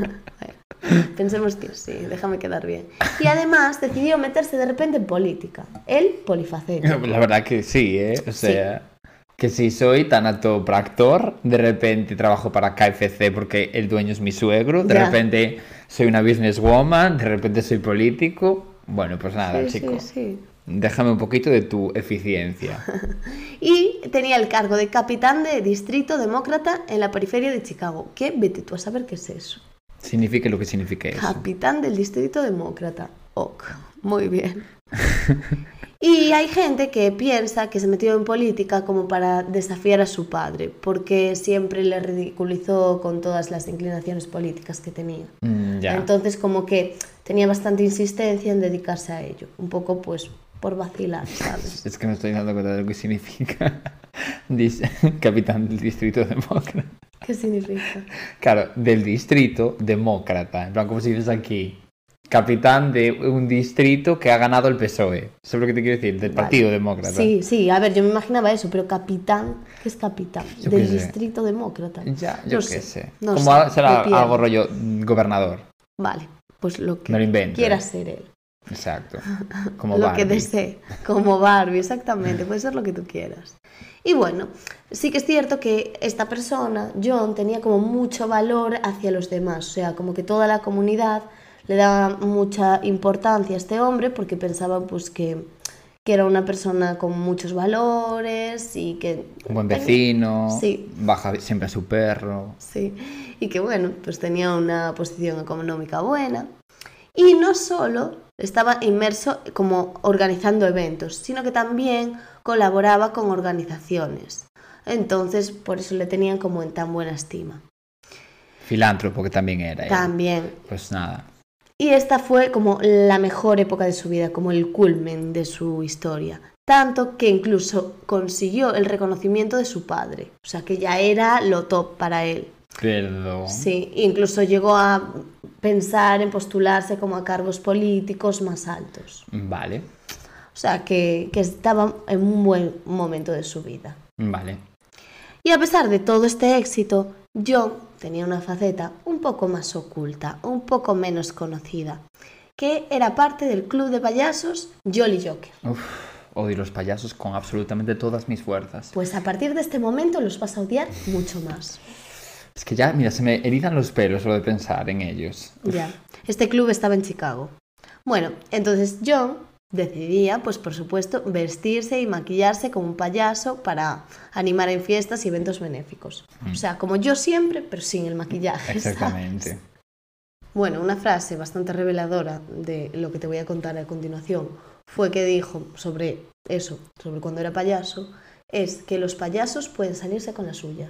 Pensemos que sí, déjame quedar bien. Y además decidió meterse de repente en política. Él, polifacético. La verdad que sí, ¿eh? O sea, que si soy tanato-practor, de repente trabajo para K F C porque el dueño es mi suegro, de Ya. repente soy una businesswoman, de repente soy político. Bueno, pues nada, Sí, chico. sí, sí. Déjame un poquito de tu eficiencia. Y tenía el cargo de capitán de distrito demócrata en la periferia de Chicago. Que vete tú a saber qué es eso. Signifique lo que signifique eso. Capitán del distrito demócrata. Ok, muy bien. Y hay gente que piensa que se metió en política como para desafiar a su padre, porque siempre le ridiculizó con todas las inclinaciones políticas que tenía. Mm, ya. Entonces como que tenía bastante insistencia en dedicarse a ello, un poco pues por vacilar, ¿sabes? Es que me estoy dando cuenta de lo que significa Dis- capitán del distrito demócrata. ¿Qué significa? Claro, del distrito demócrata. En plan, como si dices aquí, capitán de un distrito que ha ganado el P S O E. ¿Sabes lo que te quiero decir? Del Vale. Partido Demócrata. Sí, sí, a ver, yo me imaginaba eso, pero capitán, ¿qué es capitán? Yo Del qué sé. distrito demócrata. Ya, yo No qué sé. no Como sé, a- será me pierdo. algo rollo mm, gobernador. Vale, pues lo que Me lo invento. quiera ser él. Exacto. Como Lo Barbie. que desee, como Barbie, exactamente, puede ser lo que tú quieras. Y bueno, sí que es cierto que esta persona, John, tenía como mucho valor hacia los demás, o sea, como que toda la comunidad le daba mucha importancia a este hombre porque pensaban pues que, que era una persona con muchos valores y que... Un buen vecino. Sí. Baja siempre a su perro. Sí, y que bueno, pues tenía una posición económica buena. Y no solo estaba inmerso como organizando eventos, sino que también colaboraba con organizaciones. Entonces, por eso le tenían como en tan buena estima. Filántropo que también era. él. También. Pues nada. Y esta fue como la mejor época de su vida, como el culmen de su historia. Tanto que incluso consiguió el reconocimiento de su padre. O sea, que ya era lo top para él. Perdón. Sí, incluso llegó a pensar en postularse como a cargos políticos más altos. Vale. O sea, que, que estaba en un buen momento de su vida. Vale. Y a pesar de todo este éxito, John tenía una faceta un poco más oculta, un poco menos conocida, que era parte del club de payasos Jolly Joker. Uf, odio los payasos con absolutamente todas mis fuerzas. Pues a partir de este momento los vas a odiar mucho más. Es que ya, mira, se me erizan los pelos solo de pensar en ellos. Ya, este club estaba en Chicago. Bueno, entonces John decidía, pues por supuesto, vestirse y maquillarse como un payaso para animar en fiestas y eventos benéficos. Mm. O sea, como yo siempre, pero sin el maquillaje. Exactamente. ¿Sabes? Bueno, una frase bastante reveladora de lo que te voy a contar a continuación fue que dijo sobre eso, sobre cuando era payaso, es que los payasos pueden salirse con la suya.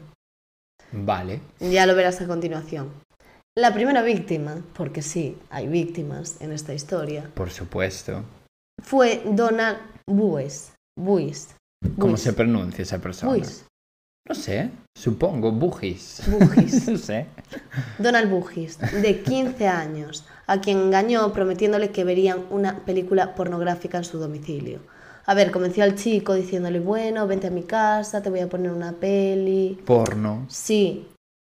Vale. Ya lo verás a continuación. La primera víctima, porque sí, hay víctimas en esta historia. Por supuesto. Fue Donald Buis. Buis. ¿Cómo Buis. se pronuncia esa persona? Buis. No sé, supongo, Bugis. Bugis. No sé. Donald Bugis, de quince años, a quien engañó prometiéndole que verían una película pornográfica en su domicilio. A ver, convenció al chico diciéndole, bueno, vente a mi casa, te voy a poner una peli. ¿Porno? Sí.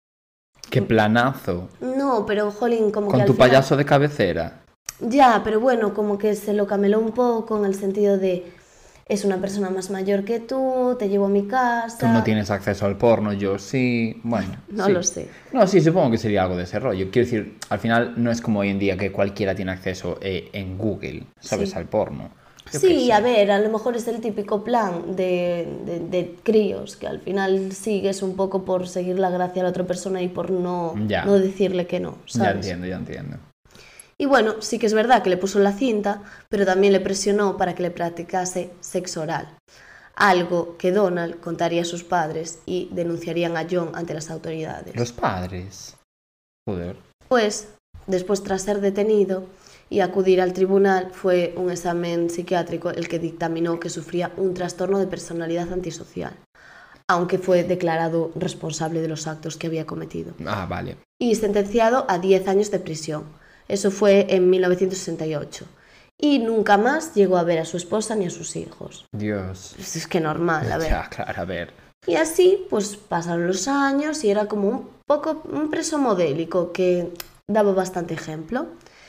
¡Qué planazo! No, pero, jolín, como Con que al tu final... payaso de cabecera. Ya, pero bueno, como que se lo cameló un poco en el sentido de... Es una persona más mayor que tú, te llevo a mi casa... Tú no tienes acceso al porno, yo sí... Bueno, No sí. lo sé. No, sí, supongo que sería algo de ese rollo. Quiero decir, al final no es como hoy en día que cualquiera tiene acceso eh, en Google, ¿sabes? Sí. Al porno. Yo Sí, a ver, a lo mejor es el típico plan de, de, de críos, que al final sigues un poco por seguir la gracia a la otra persona y por no, Ya. no decirle que no, ¿sabes? Ya entiendo, ya entiendo. Y bueno, sí que es verdad que le puso la cinta, pero también le presionó para que le practicase sexo oral. Algo que Donald contaría a sus padres y denunciarían a John ante las autoridades. Los padres. Joder. Pues, después tras ser detenido y acudir al tribunal, fue un examen psiquiátrico el que dictaminó que sufría un trastorno de personalidad antisocial, aunque fue declarado responsable de los actos que había cometido. Ah, vale. Y sentenciado a diez años de prisión. Eso fue en mil novecientos sesenta y ocho. Y nunca más llegó a ver a su esposa ni a sus hijos. Dios. Pues es que normal, a ver. Ya, claro, a ver. Y así, pues pasaron los años y era como un poco un preso modélico que daba bastante ejemplo.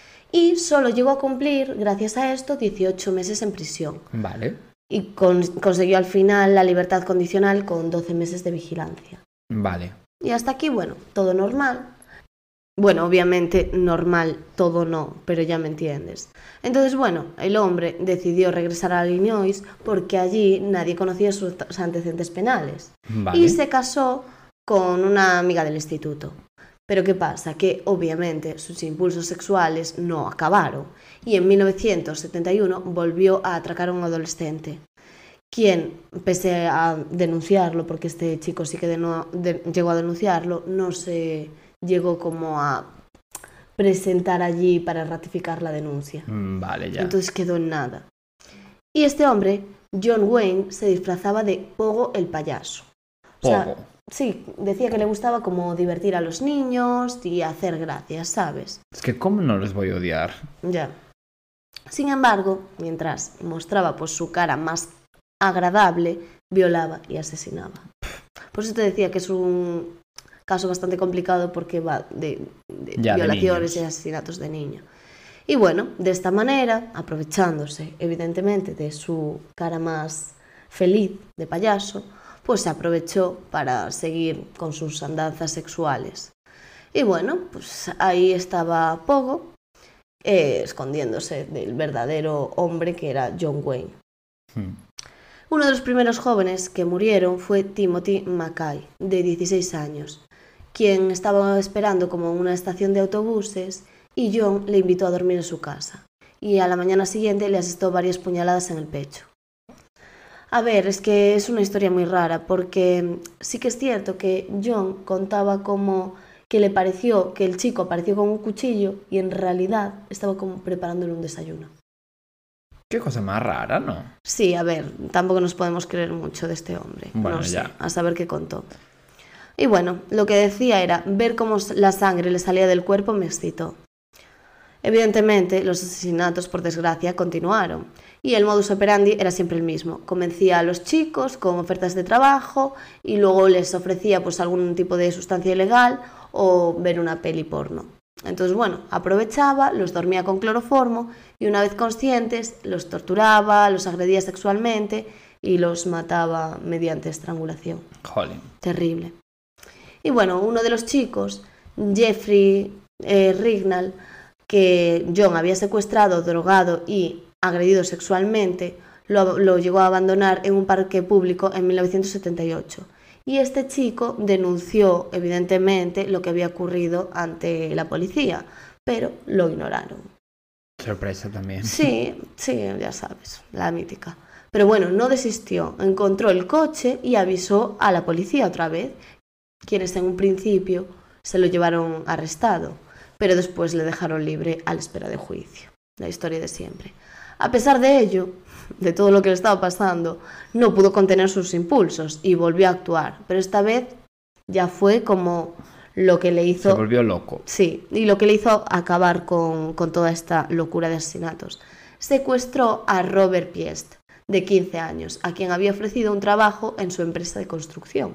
Y solo llegó a cumplir, gracias a esto, dieciocho meses en prisión. Vale. Y con, consiguió al final la libertad condicional con doce meses de vigilancia. Vale. Y hasta aquí, bueno, todo normal. Bueno, obviamente normal, todo no, pero ya me entiendes. Entonces, bueno, el hombre decidió regresar a Illinois porque allí nadie conocía sus antecedentes penales. Vale. Y se casó con una amiga del instituto. Pero ¿qué pasa? Que obviamente sus impulsos sexuales no acabaron y en mil novecientos setenta y uno volvió a atracar a un adolescente, quien, pese a denunciarlo, porque este chico sí que de no, de, llegó a denunciarlo, no se llegó como a presentar allí para ratificar la denuncia. Vale, ya. Entonces quedó en nada. Y este hombre, John Wayne, se disfrazaba de Pogo el payaso. O sea, Pogo. sí, decía que le gustaba como divertir a los niños y hacer gracias, ¿sabes? Es que ¿cómo no les voy a odiar? Ya. Sin embargo, mientras mostraba pues su cara más agradable, violaba y asesinaba. Por eso te decía que es un caso bastante complicado porque va de, de Ya, violaciones de y asesinatos de niños. Y bueno, de esta manera, aprovechándose evidentemente de su cara más feliz de payaso, pues se aprovechó para seguir con sus andanzas sexuales. Y bueno, pues ahí estaba Pogo, eh, escondiéndose del verdadero hombre que era John Wayne. Hmm. Uno de los primeros jóvenes que murieron fue Timothy McKay, de dieciséis años, quien estaba esperando como en una estación de autobuses y John le invitó a dormir en su casa. Y a la mañana siguiente le asestó varias puñaladas en el pecho. A ver, es que es una historia muy rara porque sí que es cierto que John contaba como que le pareció que el chico apareció con un cuchillo y en realidad estaba como preparándole un desayuno. Qué cosa más rara, ¿no? Sí, a ver, tampoco nos podemos creer mucho de este hombre. Bueno, no sé, ya. a saber qué contó. Y bueno, lo que decía era, ver cómo la sangre le salía del cuerpo me excitó. Evidentemente, los asesinatos, por desgracia, continuaron. Y el modus operandi era siempre el mismo. Convencía a los chicos con ofertas de trabajo y luego les ofrecía pues, algún tipo de sustancia ilegal o ver una peli porno. Entonces, bueno, aprovechaba, los dormía con cloroformo y una vez conscientes los torturaba, los agredía sexualmente y los mataba mediante estrangulación. Jolín. Terrible. Y bueno, uno de los chicos, Jeffrey eh, Rignall, que John había secuestrado, drogado y agredido sexualmente, lo, lo llegó a abandonar en un parque público en mil novecientos setenta y ocho. Y este chico denunció, evidentemente, lo que había ocurrido ante la policía, pero lo ignoraron. Sorpresa también. Sí, sí, ya sabes, la mítica. Pero bueno, no desistió, encontró el coche y avisó a la policía otra vez, quienes en un principio se lo llevaron arrestado, pero después le dejaron libre a la espera de juicio. La historia de siempre. A pesar de ello, de todo lo que le estaba pasando, no pudo contener sus impulsos y volvió a actuar, pero esta vez ya fue como lo que le hizo... Se volvió loco. Sí, y lo que le hizo acabar con, con toda esta locura de asesinatos. Secuestró a Robert Piest, de quince años, a quien había ofrecido un trabajo en su empresa de construcción.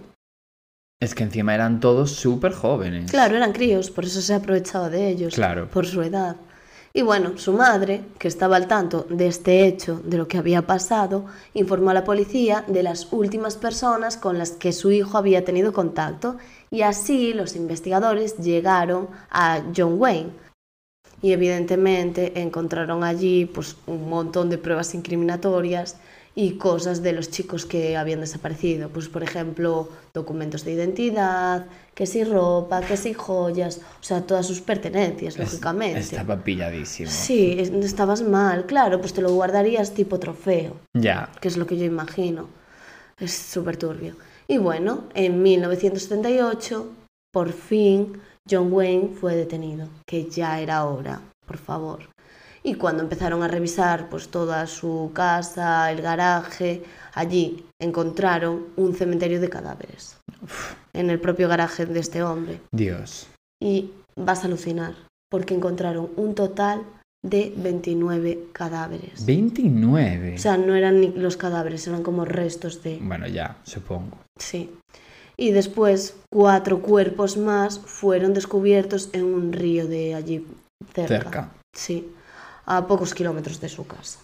Es que encima eran todos súper jóvenes. Claro, eran críos, por eso se aprovechaba de ellos, claro, por su edad. Y bueno, su madre, que estaba al tanto de este hecho, de lo que había pasado, informó a la policía de las últimas personas con las que su hijo había tenido contacto, y así los investigadores llegaron a John Wayne. Y evidentemente encontraron allí pues, un montón de pruebas incriminatorias y cosas de los chicos que habían desaparecido. Pues, por ejemplo, documentos de identidad, que si ropa, que si joyas, o sea, todas sus pertenencias, es, lógicamente. Estaba pilladísimo. Sí, estabas mal, claro, pues te lo guardarías tipo trofeo. Ya. Que es lo que yo imagino. Es súper turbio. Y bueno, en mil novecientos setenta y ocho, por fin, John Wayne fue detenido, que ya era hora, por favor. Y cuando empezaron a revisar pues toda su casa, el garaje, allí encontraron un cementerio de cadáveres. Uf. En el propio garaje de este hombre. Dios. Y vas a alucinar, porque encontraron un total de veintinueve cadáveres. ¿veintinueve? O sea, no eran ni los cadáveres, eran como restos de... Bueno, ya, supongo. Sí. Y después cuatro cuerpos más fueron descubiertos en un río de allí cerca. Cerca. Sí. A pocos kilómetros de su casa.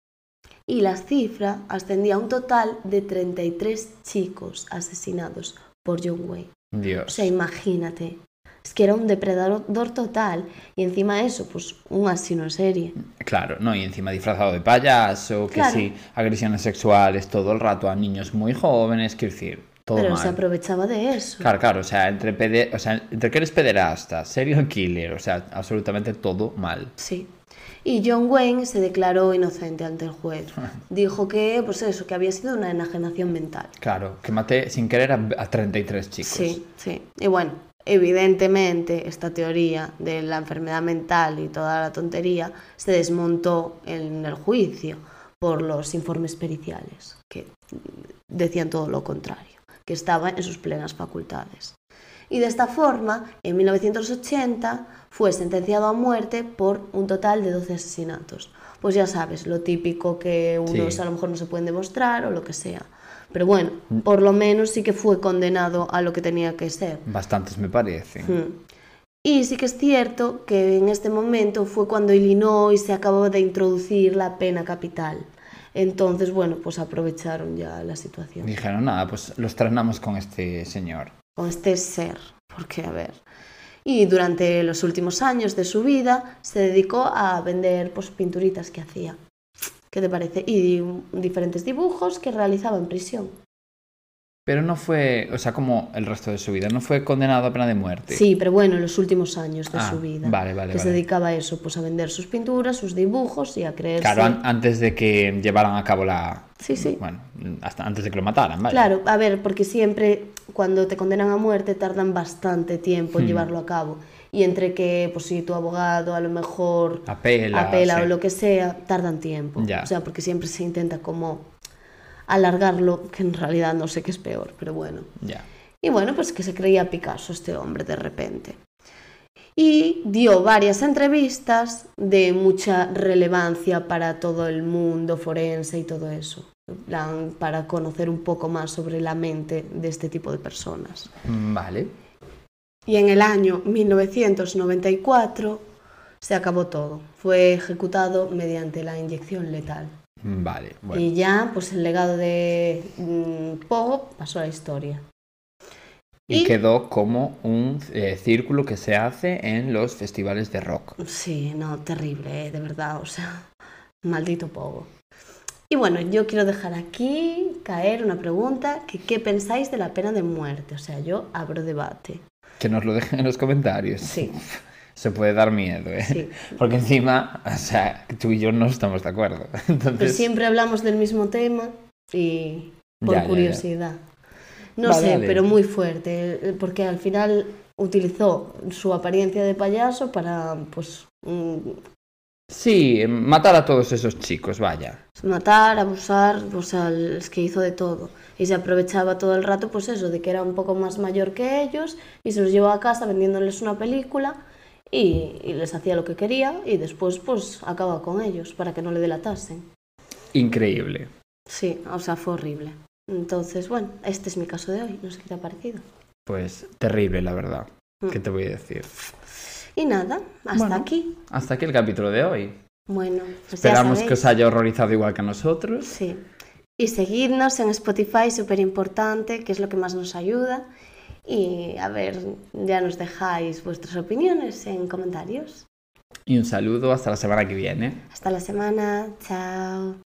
Y la cifra ascendía a un total de treinta y tres chicos asesinados por John Wayne. Dios. O sea, imagínate. Es que era un depredador total y encima de eso, pues un asesino en serie. Claro, no, y encima disfrazado de payaso, que claro. sí, agresiones sexuales todo el rato a niños muy jóvenes, quiero decir, todo Pero mal. Se aprovechaba de eso. Claro, claro, o sea, entre, pede... o sea, entre que eres pederasta, serial killer, o sea, absolutamente todo mal. Sí. Y John Wayne se declaró inocente ante el juez. Dijo que, pues eso, que había sido una enajenación mental. Claro, que maté sin querer a, a treinta y tres chicos. Sí, sí. Y bueno, evidentemente esta teoría de la enfermedad mental y toda la tontería se desmontó en el juicio por los informes periciales, que decían todo lo contrario, que estaba en sus plenas facultades. Y de esta forma, en mil novecientos ochenta, fue sentenciado a muerte por un total de doce asesinatos. Pues ya sabes, lo típico que unos sí. a lo mejor no se pueden demostrar o lo que sea. Pero bueno, por lo menos sí que fue condenado a lo que tenía que ser. Bastantes me parecen. Hmm. Y sí que es cierto que en este momento fue cuando Illinois se acababa de introducir la pena capital. Entonces, bueno, pues aprovecharon ya la situación. Dijeron, nada, pues los traenamos con este señor. Con este ser, porque a ver. Y durante los últimos años de su vida se dedicó a vender pues, pinturitas que hacía. ¿Qué te parece? Y diferentes dibujos que realizaba en prisión. Pero no fue, o sea, como el resto de su vida, no fue condenado a pena de muerte. Sí, pero bueno, en los últimos años de ah, su vida. Vale, vale, que vale. se dedicaba a eso, pues a vender sus pinturas, sus dibujos y a creerse... Claro, an- antes de que llevaran a cabo la... Sí, sí. Bueno, hasta antes de que lo mataran, ¿vale? Claro, a ver, porque siempre cuando te condenan a muerte tardan bastante tiempo en hmm. llevarlo a cabo. Y entre que, pues si tu abogado a lo mejor apela, apela sí. o lo que sea, tardan tiempo. Ya. O sea, porque siempre se intenta como alargarlo, que en realidad no sé qué es peor, pero bueno. Ya. Y bueno, pues que se creía Picasso este hombre de repente. y dio varias entrevistas de mucha relevancia para todo el mundo forense y todo eso, para conocer un poco más sobre la mente de este tipo de personas. Vale. Y en el año mil novecientos noventa y cuatro se acabó todo. Fue ejecutado mediante la inyección letal. Vale, bueno. Y ya, pues el legado de mmm, Pogo pasó a la historia. Y, y quedó como un eh, círculo que se hace en los festivales de rock. Sí, no, terrible, eh, de verdad, o sea, maldito Pogo. Y bueno, yo quiero dejar aquí caer una pregunta, que ¿qué pensáis de la pena de muerte? O sea, yo abro debate. Que nos lo dejen en los comentarios. Sí. Se puede dar miedo, ¿eh? Sí. Porque encima, o sea, tú y yo no estamos de acuerdo. Entonces... Pero siempre hablamos del mismo tema y por ya, curiosidad. Ya, ya. No vale, sé, vale. pero muy fuerte, porque al final utilizó su apariencia de payaso para, pues... Um, sí, matar a todos esos chicos, vaya. Matar, abusar, o sea, es que hizo de todo. Y se aprovechaba todo el rato, pues eso, de que era un poco más mayor que ellos y se los llevaba a casa vendiéndoles una película y, y les hacía lo que quería y después, pues, acababa con ellos para que no le delatasen. Increíble. Sí, o sea, fue horrible. Entonces, bueno, este es mi caso de hoy. No sé qué te ha parecido. Pues terrible, la verdad. Mm. ¿Qué te voy a decir? Y nada, hasta bueno, aquí. Hasta aquí el capítulo de hoy. Bueno, pues esperamos que os haya horrorizado igual que a nosotros. Sí. Y seguidnos en Spotify, súper importante, que es lo que más nos ayuda. Y a ver, ya nos dejáis vuestras opiniones en comentarios. Y un saludo hasta la semana que viene. Hasta la semana. Chao.